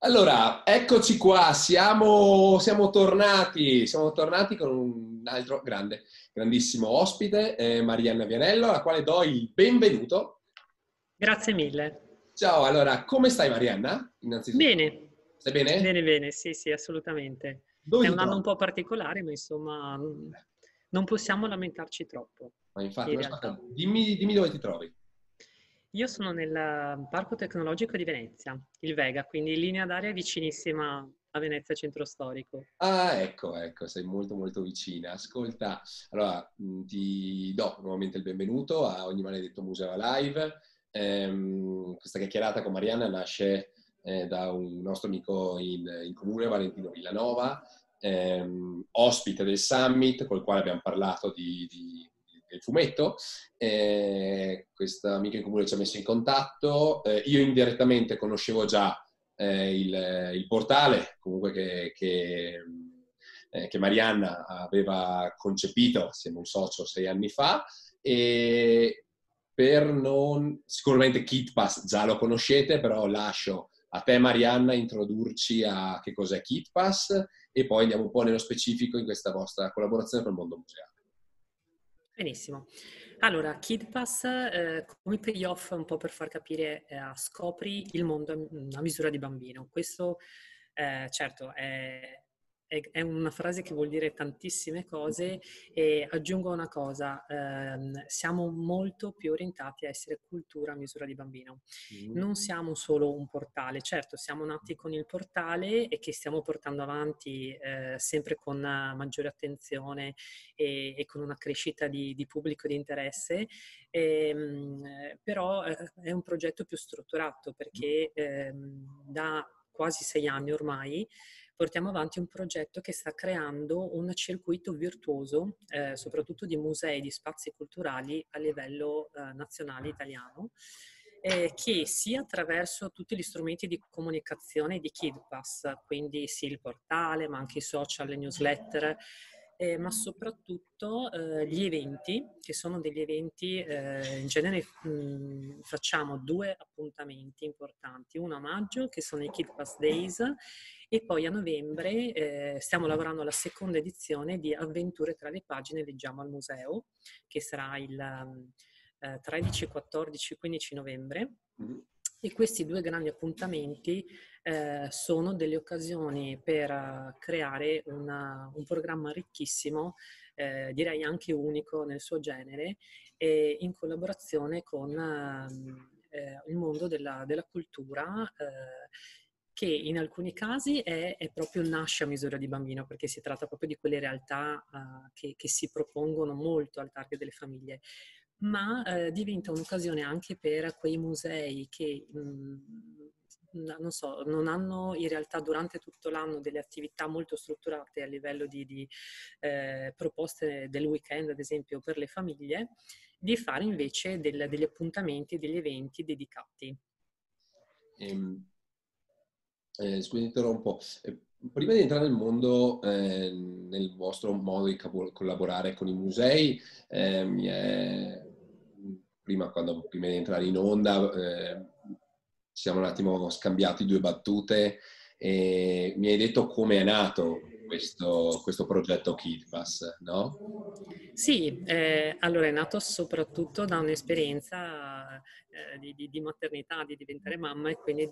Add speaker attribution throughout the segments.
Speaker 1: Allora, eccoci qua, siamo tornati con un altro grandissimo ospite, Marianna Vianello, alla quale do il benvenuto.
Speaker 2: Grazie mille.
Speaker 1: Ciao, allora, come stai Marianna? Innanzitutto,
Speaker 2: Bene,
Speaker 1: stai bene?
Speaker 2: bene, bene, sì, sì, assolutamente.
Speaker 1: Dove
Speaker 2: È
Speaker 1: ti
Speaker 2: un anno un
Speaker 1: trovi?
Speaker 2: po' particolare, ma insomma non possiamo lamentarci troppo,
Speaker 1: Ma infatti,
Speaker 2: in
Speaker 1: ma ascolta,
Speaker 2: realtà.
Speaker 1: dimmi dove ti trovi.
Speaker 2: Io sono nel Parco Tecnologico di Venezia, il Vega, quindi linea d'aria vicinissima a Venezia Centro Storico.
Speaker 1: Ah, ecco, sei molto molto vicina. Ascolta, allora ti do nuovamente il benvenuto a Ogni Maledetto Museo Live. Questa chiacchierata con Marianna nasce da un nostro amico in comune, Valentino Villanova, ospite del Summit, col quale abbiamo parlato del fumetto. Questa amica in comune ci ha messo in contatto. Io indirettamente conoscevo già il portale comunque che Marianna aveva concepito assieme a un socio 6 anni fa e sicuramente KitPass già lo conoscete, però lascio a te Marianna introdurci a che cos'è KitPass e poi andiamo un po' nello specifico in questa vostra collaborazione col mondo museale.
Speaker 2: Benissimo. Allora, KidPass, come payoff, un po' per far capire, scopri il mondo a misura di bambino. Questo, certo, è una frase che vuol dire tantissime cose e aggiungo una cosa, siamo molto più orientati a essere cultura a misura di bambino.
Speaker 1: Mm.
Speaker 2: Non siamo solo un portale, certo, siamo nati con il portale e che stiamo portando avanti sempre con maggiore attenzione e con una crescita di pubblico di interesse, però è un progetto più strutturato perché da quasi 6 anni ormai portiamo avanti un progetto che sta creando un circuito virtuoso, soprattutto di musei, di spazi culturali a livello nazionale italiano, che sia attraverso tutti gli strumenti di comunicazione di KidPass, quindi sì il portale, ma anche i social, le newsletter, ma soprattutto gli eventi, che sono degli eventi, in genere facciamo due appuntamenti importanti, uno a maggio che sono i KidPass Days e poi a novembre stiamo lavorando alla seconda edizione di Avventure tra le pagine Leggiamo al Museo, che sarà il 13, 14, 15 novembre.
Speaker 1: Mm.
Speaker 2: E questi due grandi appuntamenti sono delle occasioni per creare un programma ricchissimo, direi anche unico nel suo genere, in collaborazione con il mondo della cultura, che in alcuni casi è proprio nasce a misura di bambino, perché si tratta proprio di quelle realtà che si propongono molto al target delle famiglie, ma diventa un'occasione anche per quei musei che non so, non hanno in realtà durante tutto l'anno delle attività molto strutturate a livello di proposte del weekend, ad esempio, per le famiglie, di fare invece degli appuntamenti, degli eventi dedicati.
Speaker 1: Ehm, Scusi, interrompo. Prima di entrare nel mondo, nel vostro modo di collaborare con i musei, prima di entrare in onda, ci siamo un attimo scambiati due battute e mi hai detto come è nato questo progetto KidPass, no?
Speaker 2: Sì, allora è nato soprattutto da un'esperienza di maternità, di diventare mamma e quindi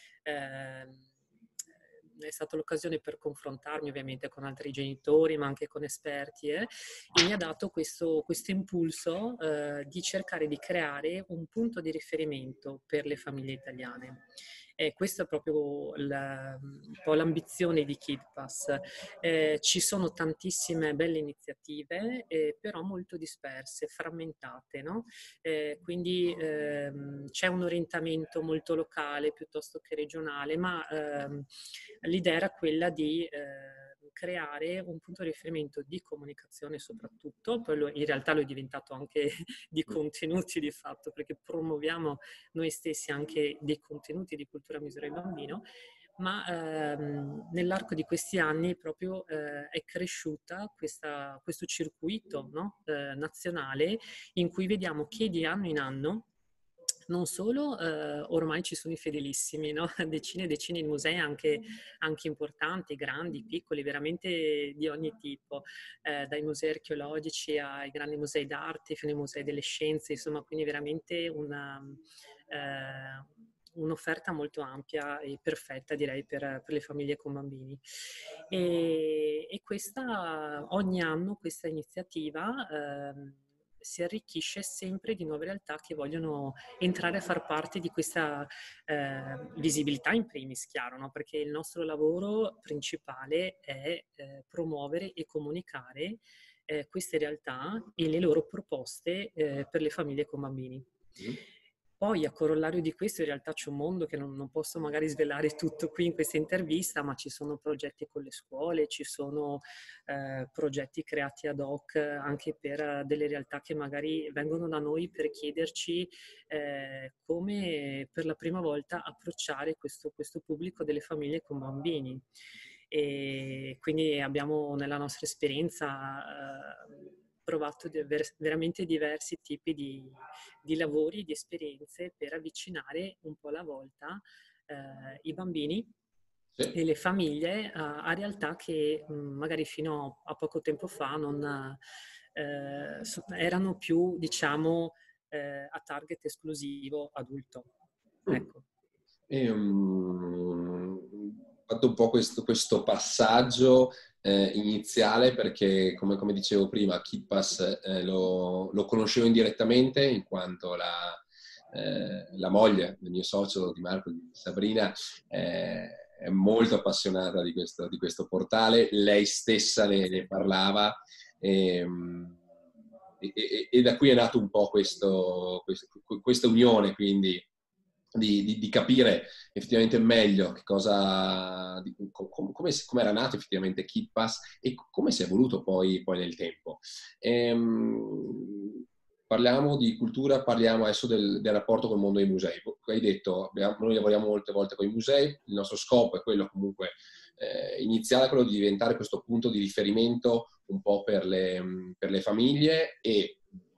Speaker 2: è stata l'occasione per confrontarmi ovviamente con altri genitori, ma anche con esperti, e mi ha dato questo impulso di cercare di creare un punto di riferimento per le famiglie italiane. E questa è proprio un po' l'ambizione di KidPass. Ci sono tantissime belle iniziative, però molto disperse, frammentate, no? Quindi c'è un orientamento molto locale piuttosto che regionale, ma l'idea era quella di creare un punto di riferimento di comunicazione soprattutto, poi in realtà lo è diventato anche di contenuti di fatto, perché promuoviamo noi stessi anche dei contenuti di cultura a misura di bambino, ma nell'arco di questi anni proprio è cresciuta questo circuito, no? Nazionale in cui vediamo che di anno in anno Non solo, ormai ci sono i fedelissimi, no? Decine e decine di musei anche importanti, grandi, piccoli, veramente di ogni tipo, dai musei archeologici ai grandi musei d'arte fino ai musei delle scienze, insomma, quindi veramente un'offerta molto ampia e perfetta, direi, per le famiglie con bambini. E questa, ogni anno questa iniziativa si arricchisce sempre di nuove realtà che vogliono entrare a far parte di questa visibilità in primis, chiaro, no? Perché il nostro lavoro principale è promuovere e comunicare queste realtà e le loro proposte per le famiglie con bambini.
Speaker 1: Mm.
Speaker 2: Poi a corollario di questo in realtà c'è un mondo che non posso magari svelare tutto qui in questa intervista, ma ci sono progetti con le scuole, ci sono progetti creati ad hoc anche per delle realtà che magari vengono da noi per chiederci come per la prima volta approcciare questo pubblico delle famiglie con bambini. E quindi abbiamo nella nostra esperienza provato veramente diversi tipi di lavori, di esperienze per avvicinare un po' alla volta i bambini
Speaker 1: Sì.
Speaker 2: e le famiglie a realtà che magari fino a poco tempo fa non erano più, diciamo, a target esclusivo adulto. Ecco.
Speaker 1: Ho fatto un po' questo passaggio iniziale perché, come dicevo prima, KidPass lo conoscevo indirettamente in quanto la moglie del mio socio, di Marco, di Sabrina, è molto appassionata di questo portale. Lei stessa ne parlava e, e da qui è nato un po' questa unione, quindi di capire effettivamente meglio che cosa, come era nato effettivamente KidPass e come si è evoluto poi nel tempo. Parliamo di cultura, parliamo adesso del rapporto col mondo dei musei. Hai detto, noi lavoriamo molte volte con i musei, il nostro scopo è quello comunque iniziale, quello di diventare questo punto di riferimento un po' per le famiglie e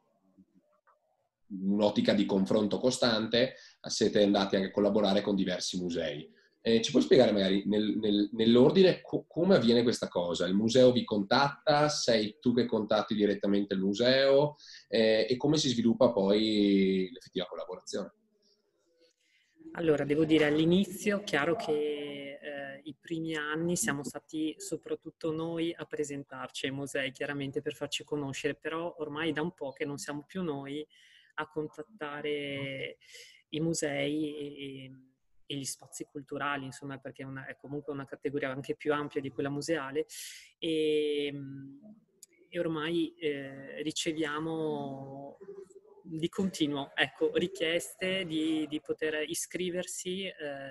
Speaker 1: in un'ottica di confronto costante siete andati anche a collaborare con diversi musei. Ci puoi spiegare magari nell'ordine come avviene questa cosa? Il museo vi contatta? Sei tu che contatti direttamente il museo? E come si sviluppa poi l'effettiva collaborazione?
Speaker 2: Allora, devo dire all'inizio, chiaro che i primi anni siamo stati soprattutto noi a presentarci ai musei, chiaramente per farci conoscere, però ormai da un po' che non siamo più noi a contattare i musei e gli spazi culturali, insomma, perché è comunque una categoria anche più ampia di quella museale e, e ormai riceviamo di continuo, ecco, richieste di poter iscriversi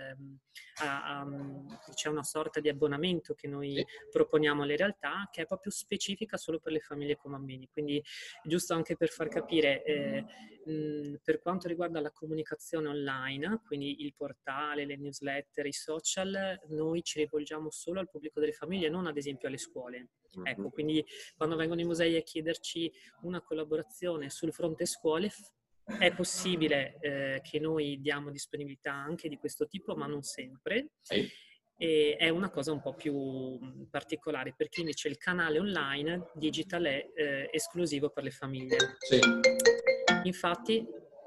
Speaker 2: c'è una sorta di abbonamento che noi
Speaker 1: Sì.
Speaker 2: proponiamo alle realtà che è proprio specifica solo per le famiglie con bambini, quindi giusto anche per far capire per quanto riguarda la comunicazione online, quindi il portale, le newsletter, i social, noi ci rivolgiamo solo al pubblico delle famiglie, non ad esempio alle scuole. Ecco, quindi quando vengono i musei a chiederci una collaborazione sul fronte scuole, è possibile che noi diamo disponibilità anche di questo tipo, ma non sempre.
Speaker 1: Sì.
Speaker 2: E è una cosa un po' più particolare, perché invece il canale online digital è esclusivo per le famiglie.
Speaker 1: Sì.
Speaker 2: Infatti,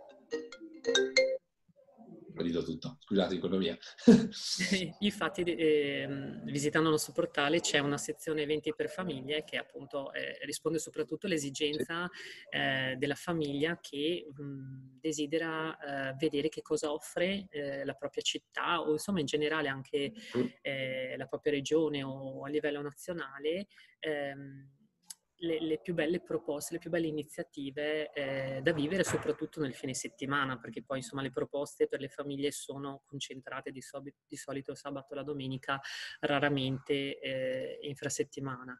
Speaker 1: Lo dico tutto, scusate, economia.
Speaker 2: Infatti, visitando il nostro portale c'è una sezione eventi per famiglie che appunto risponde soprattutto
Speaker 1: Sì.
Speaker 2: all'esigenza della famiglia che desidera vedere che cosa offre la propria città o insomma in generale anche la propria regione o a livello nazionale. Le più belle proposte, le più belle iniziative da vivere soprattutto nel fine settimana, perché poi insomma le proposte per le famiglie sono concentrate di solito il sabato e la domenica, raramente infrasettimana.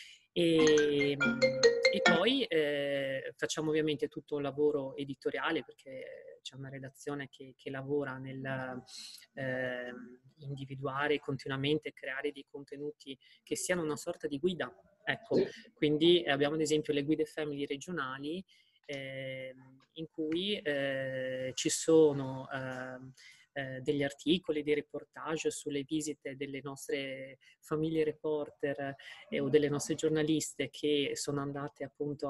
Speaker 2: E poi facciamo ovviamente tutto un lavoro editoriale perché c'è una redazione che lavora nel individuare continuamente, creare dei contenuti che siano una sorta di guida. Ecco,
Speaker 1: Sì.
Speaker 2: quindi abbiamo ad esempio le guide family regionali in cui ci sono degli articoli, dei reportage sulle visite delle nostre famiglie reporter o delle nostre giornaliste che sono andate appunto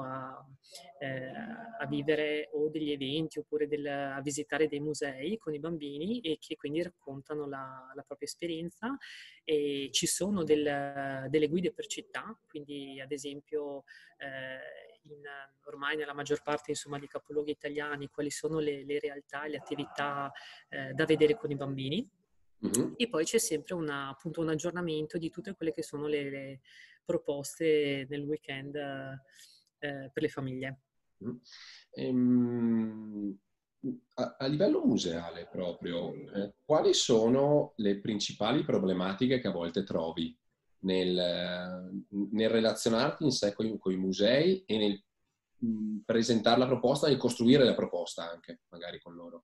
Speaker 2: a vivere o degli eventi oppure a visitare dei musei con i bambini e che quindi raccontano la propria esperienza. E ci sono delle guide per città, quindi ad esempio ormai nella maggior parte insomma, di capoluoghi italiani quali sono le realtà e le attività da vedere con i bambini.
Speaker 1: Mhm.
Speaker 2: E poi c'è sempre appunto un aggiornamento di tutte quelle che sono le proposte nel weekend per le famiglie.
Speaker 1: Mm. Ehm, a livello museale proprio, quali sono le principali problematiche che a volte trovi nel relazionarti in sé con i musei e nel presentare la proposta e costruire la proposta anche, magari con loro?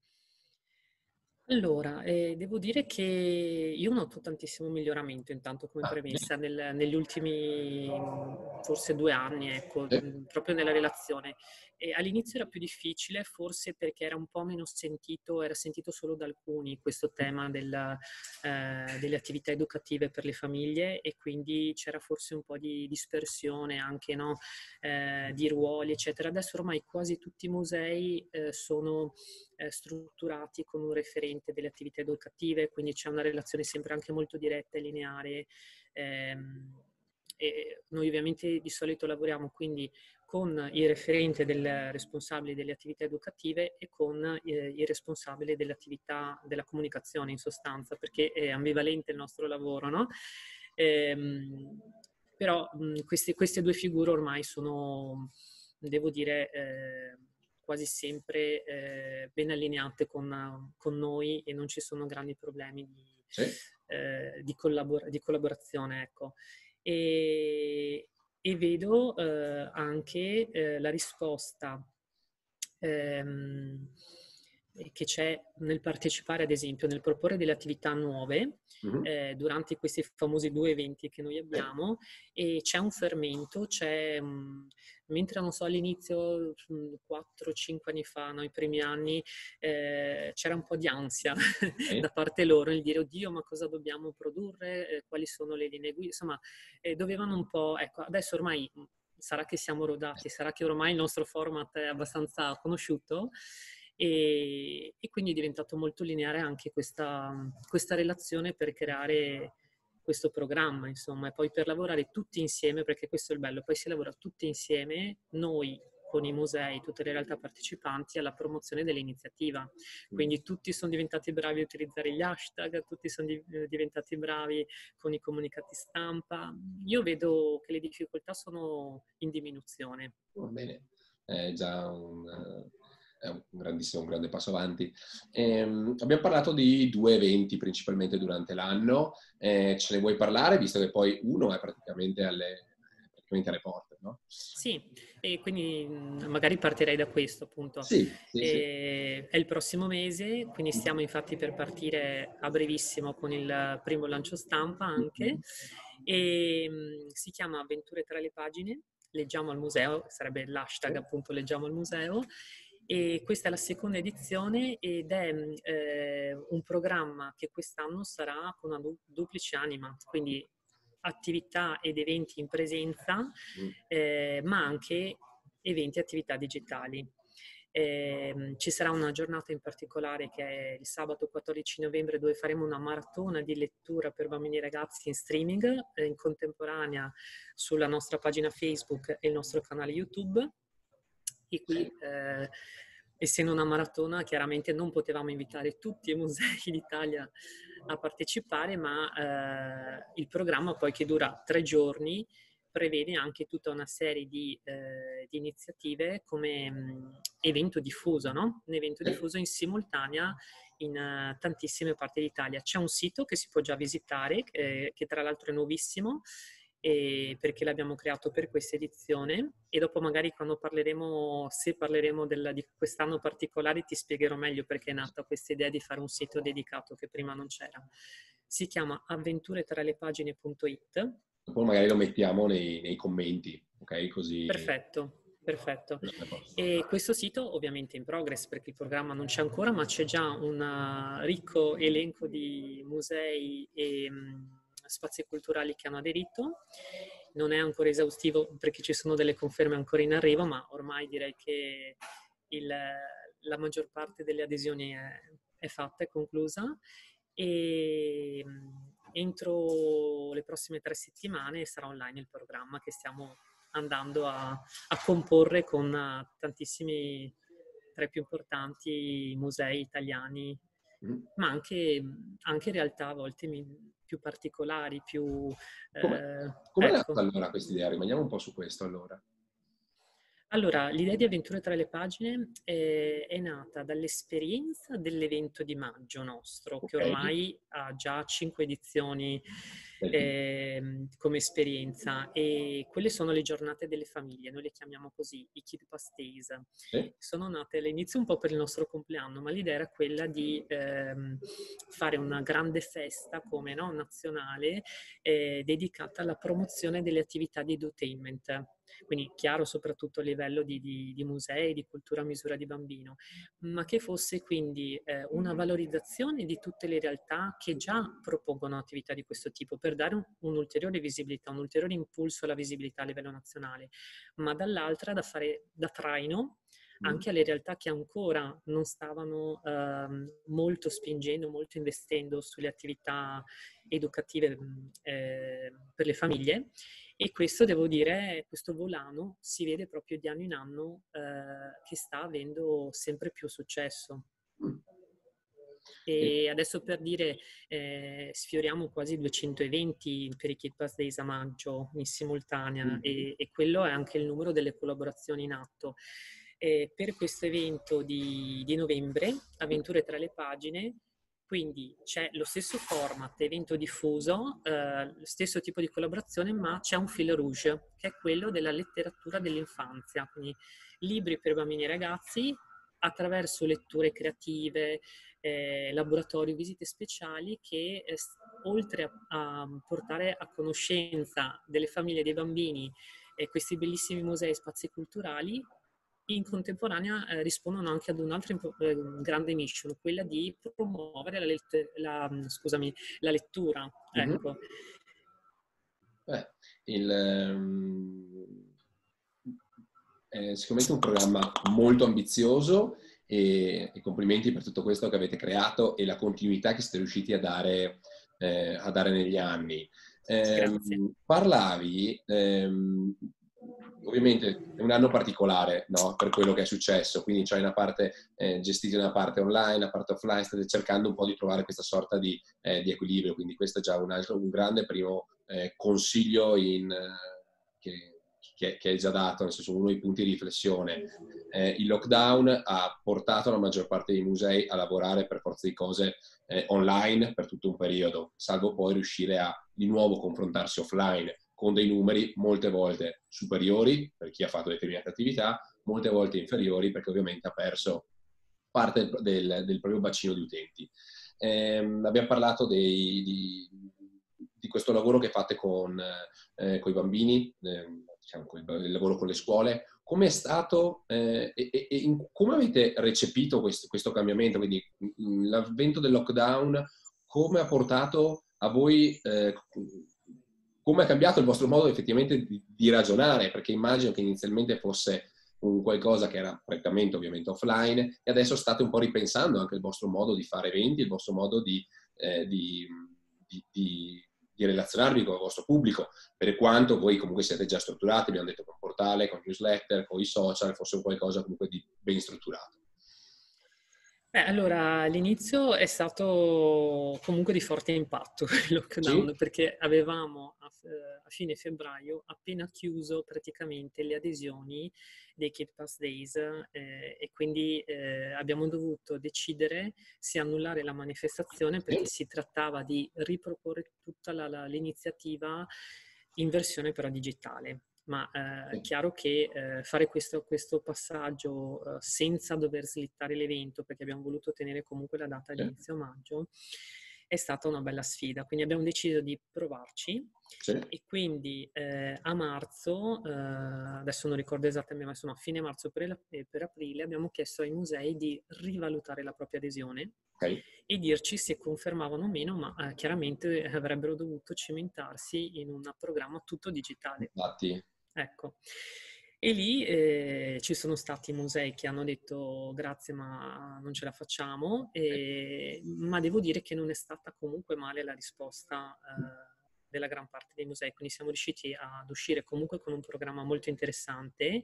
Speaker 2: Allora, devo dire che io noto tantissimo miglioramento intanto come
Speaker 1: Ah,
Speaker 2: premessa negli ultimi forse 2 anni, ecco,
Speaker 1: sì.
Speaker 2: proprio nella relazione. E all'inizio era più difficile, forse perché era un po' meno sentito, era sentito solo da alcuni questo tema delle attività educative per le famiglie e quindi c'era forse un po' di dispersione anche, no, di ruoli, eccetera. Adesso ormai quasi tutti i musei sono strutturati con un referente delle attività educative, quindi c'è una relazione sempre anche molto diretta e lineare. E noi ovviamente di solito lavoriamo quindi con il referente del responsabile delle attività educative e con il responsabile dell'attività della comunicazione in sostanza, perché è ambivalente il nostro lavoro, no? Ehm, Però queste due figure ormai sono, devo dire, quasi sempre ben allineate con noi e non ci sono grandi problemi
Speaker 1: Sì.
Speaker 2: di collaborazione, ecco. E, e vedo anche la risposta ehm, che c'è nel partecipare, ad esempio, nel proporre delle attività nuove
Speaker 1: Mhm.
Speaker 2: durante questi famosi 2 eventi che noi
Speaker 1: Sì.
Speaker 2: abbiamo e c'è un fermento, mentre non so all'inizio 4-5 anni fa, no, i primi anni, c'era un po' di ansia
Speaker 1: Sì.
Speaker 2: da parte loro, il dire oddio ma cosa dobbiamo produrre, quali sono le linee guida, insomma dovevano un po', ecco adesso ormai sarà che siamo rodati, sarà che ormai il nostro format è abbastanza conosciuto e quindi è diventato molto lineare anche questa relazione per creare questo programma, insomma, e poi per lavorare tutti insieme, perché questo è il bello, poi si lavora tutti insieme, noi con i musei, tutte le realtà partecipanti alla promozione dell'iniziativa. Quindi tutti sono diventati bravi a utilizzare gli hashtag, tutti sono diventati bravi con i comunicati stampa. Io vedo che le difficoltà sono in diminuzione.
Speaker 1: Va bene, è già è un grandissimo, un grande passo avanti. Abbiamo parlato di 2 eventi principalmente durante l'anno. Ce ne vuoi parlare, visto che poi uno è praticamente alle porte, no?
Speaker 2: Sì, e quindi magari partirei da questo appunto.
Speaker 1: Sì, sì, sì.
Speaker 2: È il prossimo mese, quindi stiamo infatti per partire a brevissimo con il primo lancio stampa anche e si chiama Avventure tra le pagine, leggiamo al museo, sarebbe l'hashtag appunto leggiamo al museo e questa è la seconda edizione ed è un programma che quest'anno sarà con una duplice anima, quindi attività ed eventi in presenza, ma anche eventi e attività digitali. Ci sarà una giornata in particolare che è il sabato 14 novembre dove faremo una maratona di lettura per bambini e ragazzi in streaming in contemporanea sulla nostra pagina Facebook e il nostro canale YouTube e qui essendo una maratona chiaramente non potevamo invitare tutti i musei d'Italia a partecipare, ma il programma poi che dura 3 giorni prevede anche tutta una serie di iniziative come evento diffuso, no? Un evento diffuso in simultanea in tantissime parti d'Italia. C'è un sito che si può già visitare, che tra l'altro è nuovissimo, perché l'abbiamo creato per questa edizione e dopo magari quando parleremo, se parleremo di quest'anno particolare, ti spiegherò meglio perché è nata questa idea di fare un sito dedicato che prima non c'era. Si chiama avventuretralepagine.it.
Speaker 1: Poi magari lo mettiamo nei commenti, ok? Così
Speaker 2: Perfetto. Perfetto. E questo sito ovviamente è in progress perché il programma non c'è ancora, ma c'è già un ricco elenco di musei e spazi culturali che hanno aderito. Non è ancora esaustivo perché ci sono delle conferme ancora in arrivo, ma ormai direi che la maggior parte delle adesioni è fatta, è conclusa. E entro le prossime 3 settimane sarà online il programma che stiamo andando a comporre con tantissimi, tra i più importanti musei italiani, ma anche in realtà a volte più particolari, più...
Speaker 1: Come è
Speaker 2: ecco.
Speaker 1: nata allora questa idea? Rimaniamo un po' su questo allora.
Speaker 2: Allora, l'idea di Avventure tra le pagine è nata dall'esperienza dell'evento di maggio nostro, che
Speaker 1: Ok.
Speaker 2: ormai ha già 5 edizioni
Speaker 1: Bellissimo.
Speaker 2: come esperienza, e quelle sono le giornate delle famiglie, noi le chiamiamo così, i Kid Pass Days.
Speaker 1: Sì.
Speaker 2: Sono nate all'inizio un po' per il nostro compleanno, ma l'idea era quella di fare una grande festa, come no, nazionale, dedicata alla promozione delle attività di edutainment. Quindi chiaro soprattutto a livello di musei, di cultura a misura di bambino, ma che fosse quindi una valorizzazione di tutte le realtà che già propongono attività di questo tipo per dare un'ulteriore visibilità, un ulteriore impulso alla visibilità a livello nazionale, ma dall'altra da fare da traino anche alle realtà che ancora non stavano molto spingendo, molto investendo sulle attività educative per le famiglie. E questo, devo dire, questo volano si vede proprio di anno in anno che sta avendo sempre più successo. E adesso, per dire, sfioriamo quasi 200 eventi per i Kid Pass Days a maggio in simultanea, e quello è anche il numero delle collaborazioni in atto. Per questo evento di novembre, Avventure tra le pagine, quindi c'è lo stesso format, evento diffuso, lo stesso tipo di collaborazione, ma c'è un fil rouge, che è quello della letteratura dell'infanzia, quindi libri per bambini e ragazzi attraverso letture creative, laboratori, visite speciali che oltre a portare a conoscenza delle famiglie e dei bambini questi bellissimi musei e spazi culturali, in contemporanea rispondono anche ad un'altra grande mission, quella di promuovere la lettura. Ecco.
Speaker 1: È sicuramente un programma molto ambizioso e complimenti per tutto questo che avete creato e la continuità che siete riusciti a dare negli anni.
Speaker 2: Grazie.
Speaker 1: Parlavi, ovviamente è un anno particolare, no? Per quello che è successo, quindi c'hai una parte gestita, una parte online, una parte offline, state cercando un po' di trovare questa sorta di equilibrio, quindi questo è già un grande primo consiglio che hai già dato, nel senso uno dei punti di riflessione. Il lockdown ha portato la maggior parte dei musei a lavorare per forza di cose online per tutto un periodo, salvo poi riuscire a di nuovo confrontarsi offline con dei numeri molte volte superiori per chi ha fatto determinate attività, molte volte inferiori perché ovviamente ha perso parte del proprio bacino di utenti. Abbiamo parlato di questo lavoro che fate con i bambini, diciamo, il lavoro con le scuole. Come è stato come avete recepito questo cambiamento? Quindi l'avvento del lockdown, come ha portato a voi, come ha cambiato il vostro modo effettivamente di ragionare? Perché immagino che inizialmente fosse un qualcosa che era prettamente ovviamente offline e adesso state un po' ripensando anche il vostro modo di fare eventi, il vostro modo di relazionarvi con il vostro pubblico, per quanto voi comunque siete già strutturati, abbiamo detto con portale, con newsletter, con i social, fosse un qualcosa comunque di ben strutturato.
Speaker 2: Allora, l'inizio è stato comunque di forte impatto il lockdown,
Speaker 1: Sì?
Speaker 2: perché avevamo a fine febbraio appena chiuso praticamente le adesioni dei Kid Pass Days, e quindi abbiamo dovuto decidere se annullare la manifestazione perché si trattava di riproporre tutta l'iniziativa in versione però digitale. Ma è chiaro che fare questo passaggio senza dover slittare l'evento, perché abbiamo voluto tenere comunque la data di inizio maggio, è stata una bella sfida, quindi abbiamo deciso di provarci.
Speaker 1: Sì.
Speaker 2: E quindi a marzo, adesso non ricordo esattamente, ma insomma a fine marzo per aprile abbiamo chiesto ai musei di rivalutare la propria adesione
Speaker 1: Ok.
Speaker 2: e dirci se confermavano o meno, ma chiaramente avrebbero dovuto cimentarsi in un programma tutto digitale.
Speaker 1: Infatti.
Speaker 2: Ecco. E lì ci sono stati musei che hanno detto grazie ma non ce la facciamo, ma devo dire che non è stata comunque male la risposta della gran parte dei musei, quindi siamo riusciti ad uscire comunque con un programma molto interessante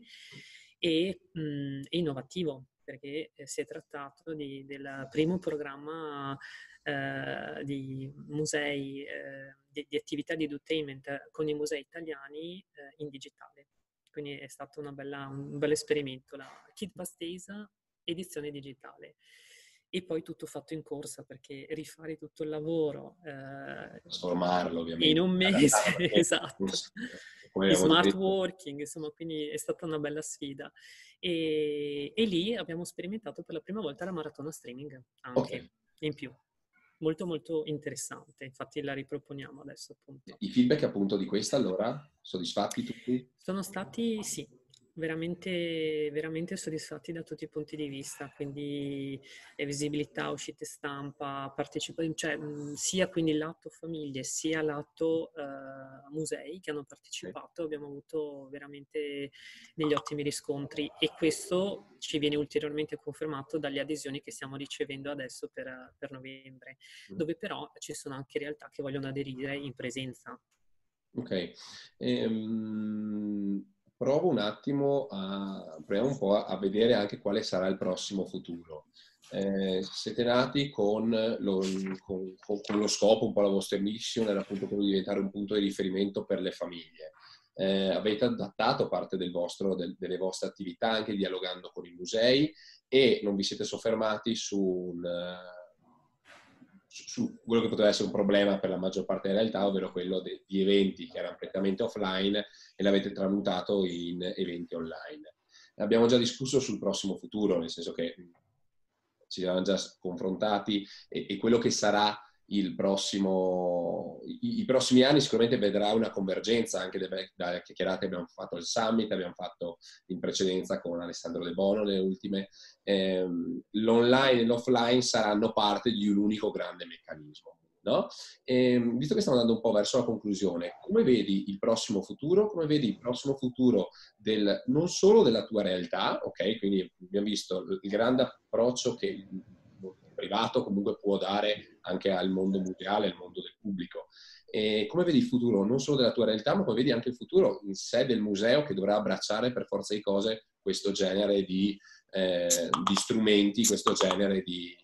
Speaker 2: e innovativo, perché si è trattato del primo programma di musei, di attività di edutainment con i musei italiani in digitale. Quindi è stato un bello esperimento, la Kid Pass Days edizione digitale. E poi tutto fatto in corsa, perché rifare tutto il lavoro
Speaker 1: Trasformarlo
Speaker 2: in
Speaker 1: ovviamente.
Speaker 2: un mese,
Speaker 1: Adattato perché,
Speaker 2: esatto,
Speaker 1: come
Speaker 2: di
Speaker 1: abbiamo
Speaker 2: smart
Speaker 1: detto,
Speaker 2: working, insomma, quindi è stata una bella sfida. E lì abbiamo sperimentato per la prima volta la maratona streaming,
Speaker 1: ok.
Speaker 2: anche in più. Molto molto interessante, infatti la riproponiamo adesso appunto.
Speaker 1: I feedback appunto di questa allora? Soddisfatti tutti?
Speaker 2: Sono stati, sì, veramente, veramente soddisfatti da tutti i punti di vista, quindi visibilità, uscite stampa, cioè sia quindi lato famiglie sia lato musei che hanno
Speaker 1: Sì.
Speaker 2: partecipato, abbiamo avuto veramente degli ottimi riscontri e questo ci viene ulteriormente confermato dalle adesioni che stiamo ricevendo adesso per novembre, dove però ci sono anche realtà che vogliono aderire in presenza.
Speaker 1: Ok. Provo un attimo proviamo un po' a vedere anche quale sarà il prossimo futuro. Siete nati con lo scopo, un po' la vostra mission era appunto quello di diventare un punto di riferimento per le famiglie. Avete adattato parte delle vostre attività anche dialogando con i musei e non vi siete soffermati su quello che poteva essere un problema per la maggior parte della realtà, ovvero quello di eventi che erano prettamente offline e l'avete tramutato in eventi online. Abbiamo già discusso sul prossimo futuro, nel senso che ci siamo già confrontati e quello che sarà i prossimi anni sicuramente vedrà una convergenza anche dalle chiacchierate che abbiamo fatto al Summit, abbiamo fatto in precedenza con Alessandro De Bono, le ultime. L'online e l'offline saranno parte di un unico grande meccanismo. No? Visto che stiamo andando un po' verso la conclusione, come vedi il prossimo futuro? Come vedi il prossimo futuro non solo della tua realtà, ok? Quindi abbiamo visto il grande approccio che il privato comunque può dare anche al mondo museale, al mondo del pubblico. E come vedi il futuro non solo della tua realtà, ma come vedi anche il futuro in sé del museo che dovrà abbracciare per forza di cose questo genere di strumenti, questo genere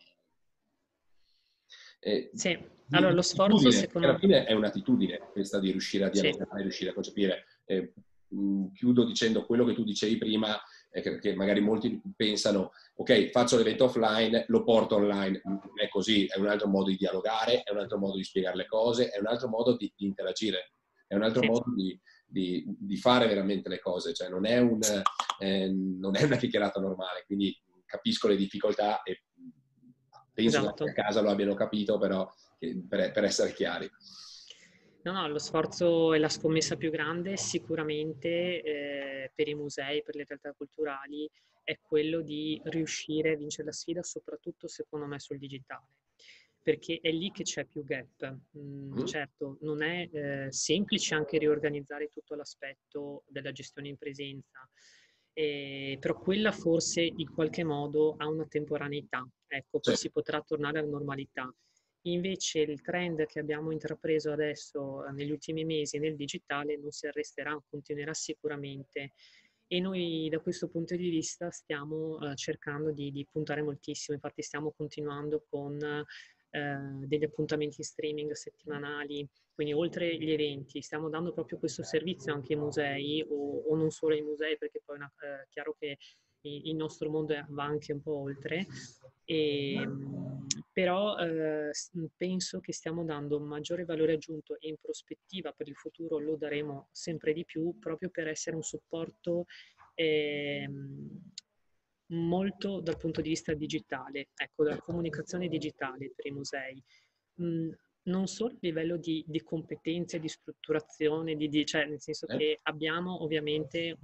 Speaker 2: Sì, allora
Speaker 1: di
Speaker 2: lo sforzo
Speaker 1: attitudine, perché alla
Speaker 2: secondo
Speaker 1: fine è un'attitudine questa di riuscire a
Speaker 2: sì,
Speaker 1: dialogare, riuscire a concepire. Chiudo dicendo quello che tu dicevi prima, che magari molti pensano, ok, faccio l'evento offline, lo porto online. Non è così, è un altro modo di dialogare, è un altro modo di spiegare le cose, è un altro modo di interagire, è un altro
Speaker 2: sì,
Speaker 1: modo di fare veramente le cose, cioè non è una chiacchierata normale, quindi capisco le difficoltà e penso che anche a
Speaker 2: esatto.
Speaker 1: casa lo abbiano capito, però per essere chiari.
Speaker 2: No, no, lo sforzo e la scommessa più grande sicuramente per i musei, per le realtà culturali, è quello di riuscire a vincere la sfida, soprattutto secondo me sul digitale, perché è lì che c'è più gap.
Speaker 1: Mm?
Speaker 2: Certo, non è semplice anche riorganizzare tutto l'aspetto della gestione in presenza, però quella forse in qualche modo ha una temporaneità, ecco,
Speaker 1: Sì,
Speaker 2: poi si potrà tornare alla normalità. Invece il trend che abbiamo intrapreso adesso negli ultimi mesi nel digitale non si arresterà, continuerà sicuramente. E noi da questo punto di vista stiamo cercando di puntare moltissimo, infatti stiamo continuando con degli appuntamenti streaming settimanali, quindi oltre gli eventi stiamo dando proprio questo servizio anche ai musei o non solo ai musei perché poi è chiaro che il nostro mondo va anche un po' oltre. E, però penso che stiamo dando un maggiore valore aggiunto e in prospettiva per il futuro lo daremo sempre di più proprio per essere un supporto molto dal punto di vista digitale, ecco, della comunicazione digitale per i musei. non solo a livello di competenze, di strutturazione, cioè nel senso che abbiamo ovviamente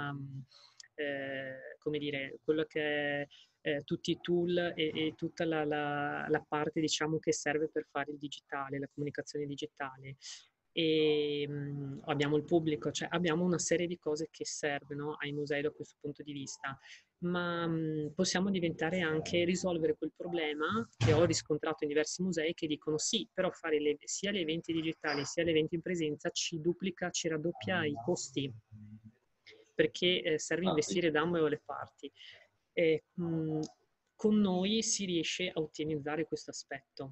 Speaker 2: come dire, quello che è tutti i tool e tutta la parte, diciamo, che serve per fare il digitale, la comunicazione digitale. E abbiamo il pubblico, cioè abbiamo una serie di cose che servono ai musei da questo punto di vista, ma possiamo diventare anche risolvere quel problema che ho riscontrato in diversi musei che dicono sì, però fare sia gli eventi digitali sia gli eventi in presenza ci duplica, ci raddoppia i costi, perché serve investire da ambo le parti. E, con noi si riesce a ottimizzare questo aspetto.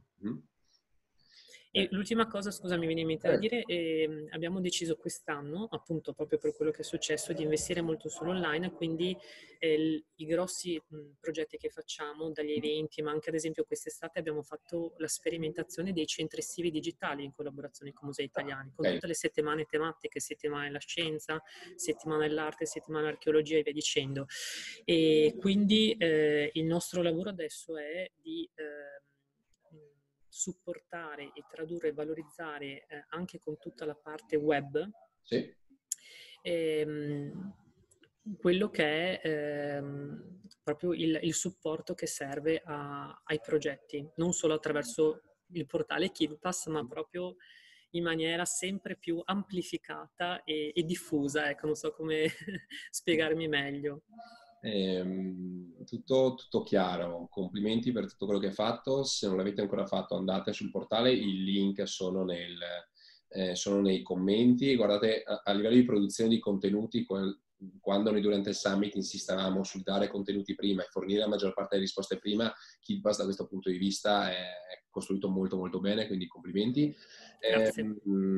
Speaker 2: E l'ultima cosa, scusa, mi viene in mente da dire, abbiamo deciso quest'anno, appunto proprio per quello che è successo, di investire molto sull'online, quindi i grossi progetti che facciamo, dagli eventi, ma anche ad esempio quest'estate abbiamo fatto la sperimentazione dei centri estivi digitali in collaborazione con musei italiani, con tutte le settimane tematiche, settimana della scienza, settimana dell'arte, settimana dell'archeologia e via dicendo. E quindi il nostro lavoro adesso è di supportare e tradurre e valorizzare anche con tutta la parte web quello che è proprio il supporto che serve ai progetti, non solo attraverso il portale KidPass, ma proprio in maniera sempre più amplificata e diffusa. Ecco, non so come spiegarmi meglio.
Speaker 1: Tutto chiaro, complimenti per tutto quello che hai fatto. Se non l'avete ancora fatto, andate sul portale, i link sono nei commenti. Guardate, a livello di produzione di contenuti, quando noi durante il summit insistevamo sul dare contenuti prima e fornire la maggior parte delle risposte prima, KidPass da questo punto di vista è costruito molto molto bene, quindi complimenti.
Speaker 2: Grazie.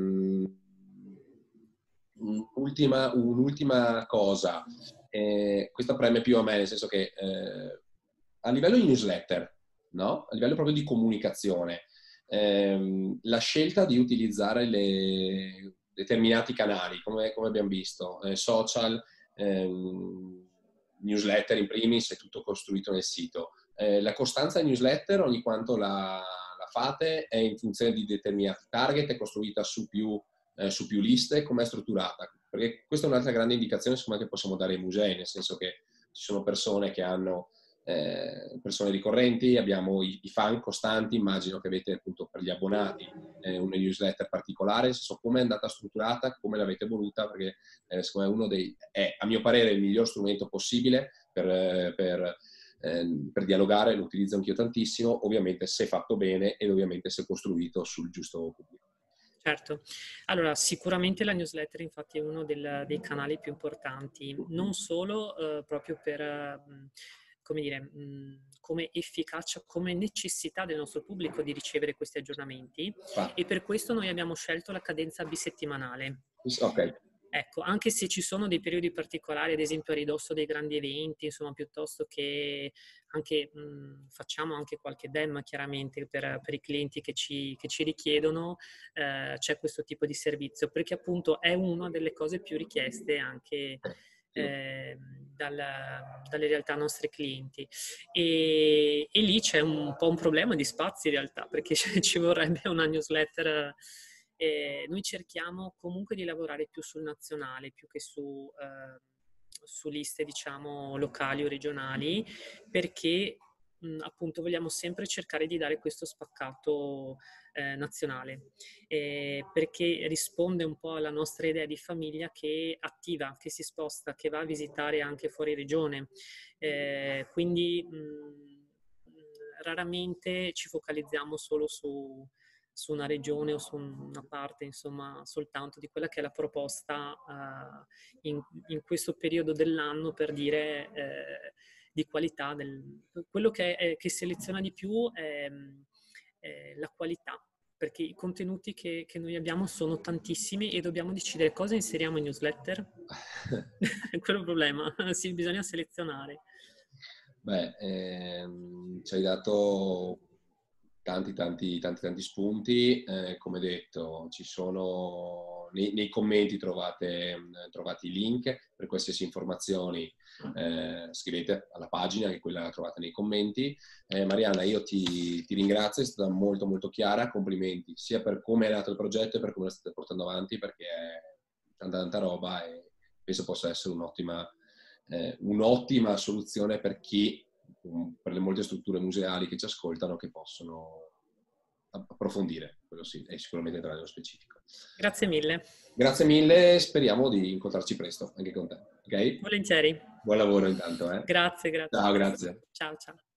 Speaker 1: Un'ultima cosa, questa preme più a me, nel senso che a livello di newsletter, no? A livello proprio di comunicazione, la scelta di utilizzare determinati canali, come abbiamo visto, social, newsletter in primis, è tutto costruito nel sito. La costanza di newsletter, ogni quanto la fate, è in funzione di determinati target, è costruita su più liste, com'è strutturata? Perché questa è un'altra grande indicazione secondo me che possiamo dare ai musei, nel senso che ci sono persone che hanno persone ricorrenti, abbiamo i fan costanti, immagino che avete appunto per gli abbonati una newsletter particolare, nel senso come è andata strutturata, come l'avete voluta, perché secondo me è a mio parere il miglior strumento possibile per dialogare, lo utilizzo anch'io tantissimo, ovviamente se fatto bene ed ovviamente se costruito sul giusto pubblico.
Speaker 2: Certo, allora sicuramente la newsletter infatti è uno dei canali più importanti, non solo proprio per, come dire, come efficacia, come necessità del nostro pubblico di ricevere questi aggiornamenti e per questo noi abbiamo scelto la cadenza bisettimanale.
Speaker 1: Ok.
Speaker 2: Ecco, anche se ci sono dei periodi particolari, ad esempio a ridosso dei grandi eventi, insomma, piuttosto che anche facciamo anche qualche DEM chiaramente per i clienti che ci richiedono, c'è questo tipo di servizio, perché appunto è una delle cose più richieste anche dalle realtà nostre clienti. E lì c'è un po' un problema di spazi in realtà, perché ci vorrebbe una newsletter. Noi cerchiamo comunque di lavorare più sul nazionale, più che su liste, diciamo, locali o regionali, perché appunto vogliamo sempre cercare di dare questo spaccato nazionale, perché risponde un po' alla nostra idea di famiglia che attiva, che si sposta, che va a visitare anche fuori regione. Quindi raramente ci focalizziamo solo su una regione o su una parte, insomma, soltanto di quella che è la proposta in questo periodo dell'anno, per dire di qualità. Quello che seleziona di più è la qualità, perché i contenuti che noi abbiamo sono tantissimi e dobbiamo decidere cosa inseriamo in newsletter. È quello il problema, sì, bisogna selezionare.
Speaker 1: Beh, ci hai dato tanti spunti, come detto, ci sono nei commenti trovate i link per qualsiasi informazioni. Scrivete alla pagina, che quella la trovate nei commenti. Marianna, io ti ringrazio, è stata molto molto chiara, complimenti sia per come è nato il progetto e per come lo state portando avanti, perché è tanta roba e penso possa essere un'ottima soluzione per per le molte strutture museali che ci ascoltano, che possono approfondire, quello sì, e sicuramente entrare nello specifico.
Speaker 2: Grazie mille.
Speaker 1: Grazie mille, speriamo di incontrarci presto, anche con te, ok?
Speaker 2: Volentieri.
Speaker 1: Buon lavoro intanto, eh?
Speaker 2: Grazie.
Speaker 1: Ciao, grazie.
Speaker 2: Ciao.